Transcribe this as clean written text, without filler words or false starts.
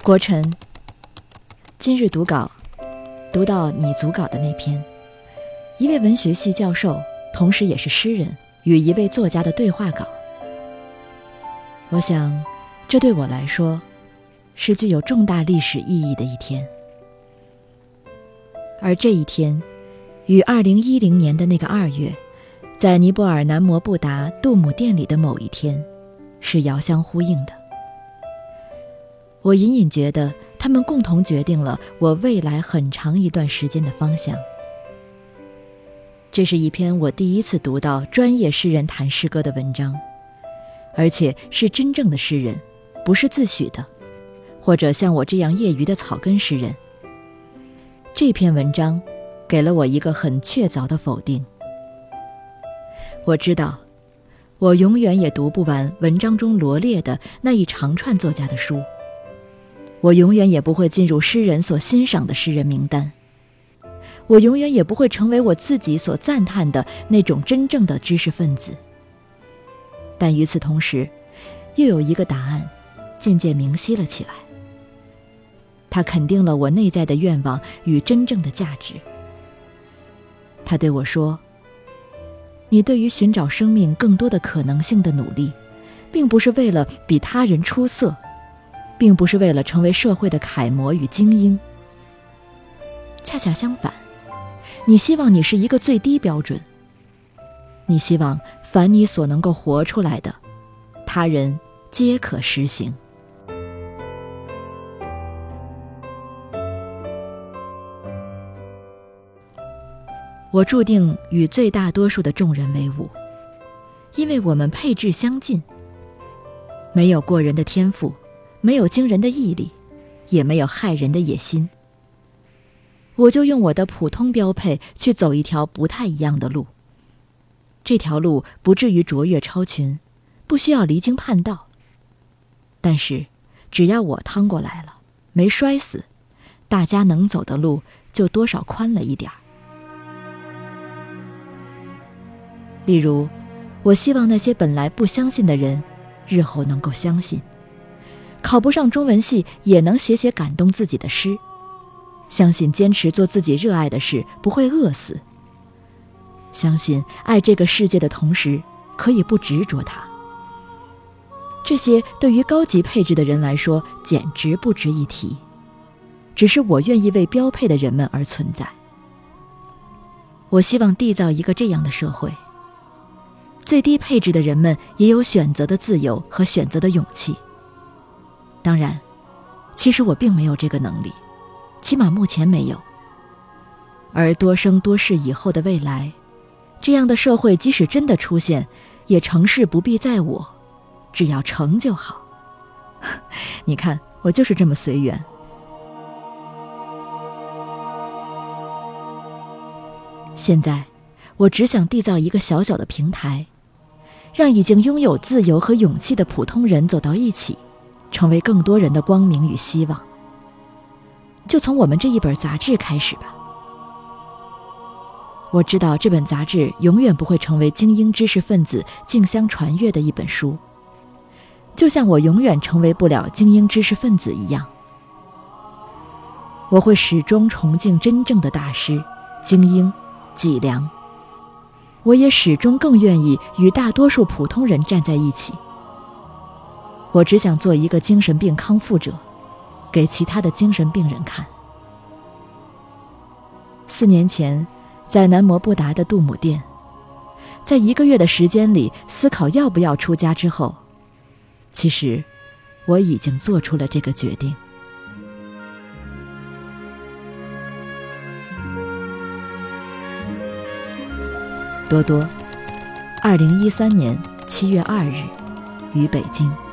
国晨，今日读稿，读到你组稿的那篇，一位文学系教授，同时也是诗人，与一位作家的对话稿。我想，这对我来说，是具有重大历史意义的一天。而这一天，与2010年的那个2月，在尼泊尔南摩布达杜姆殿里的某一天，是遥相呼应的。我隐隐觉得，他们共同决定了我未来很长一段时间的方向。这是一篇我第一次读到专业诗人谈诗歌的文章，而且是真正的诗人，不是自诩的，或者像我这样业余的草根诗人。这篇文章给了我一个很确凿的否定。我知道，我永远也读不完文章中罗列的那一长串作家的书，我永远也不会进入诗人所欣赏的诗人名单，我永远也不会成为我自己所赞叹的那种真正的知识分子。但与此同时，又有一个答案渐渐明晰了起来，它肯定了我内在的愿望与真正的价值。他对我说，你对于寻找生命更多的可能性的努力，并不是为了比他人出色，并不是为了成为社会的楷模与精英。恰恰相反，你希望你是一个最低标准，你希望凡你所能够活出来的，他人皆可实行。我注定与最大多数的众人为伍，因为我们配置相近，没有过人的天赋，没有惊人的毅力，也没有害人的野心。我就用我的普通标配去走一条不太一样的路，这条路不至于卓越超群，不需要离经叛道，但是只要我趟过来了，没摔死，大家能走的路就多少宽了一点儿。例如，我希望那些本来不相信的人，日后能够相信，考不上中文系也能写写感动自己的诗，相信坚持做自己热爱的事不会饿死，相信爱这个世界的同时可以不执着它。这些对于高级配置的人来说简直不值一提，只是我愿意为标配的人们而存在。我希望缔造一个这样的社会，最低配置的人们也有选择的自由和选择的勇气。当然，其实我并没有这个能力，起码目前没有。而多生多世以后的未来，这样的社会即使真的出现，也成事不必在我，只要成就好。你看，我就是这么随缘。现在，我只想缔造一个小小的平台，让已经拥有自由和勇气的普通人走到一起，成为更多人的光明与希望。就从我们这一本杂志开始吧。我知道这本杂志永远不会成为精英知识分子竞相传阅的一本书，就像我永远成为不了精英知识分子一样。我会始终崇敬真正的大师、精英、脊梁。我也始终更愿意与大多数普通人站在一起。我只想做一个精神病康复者，给其他的精神病人看。4年前，在南摩布达的杜姆殿，在1个月的时间里思考要不要出家之后，其实我已经做出了这个决定。多多，2013年7月2日，于北京。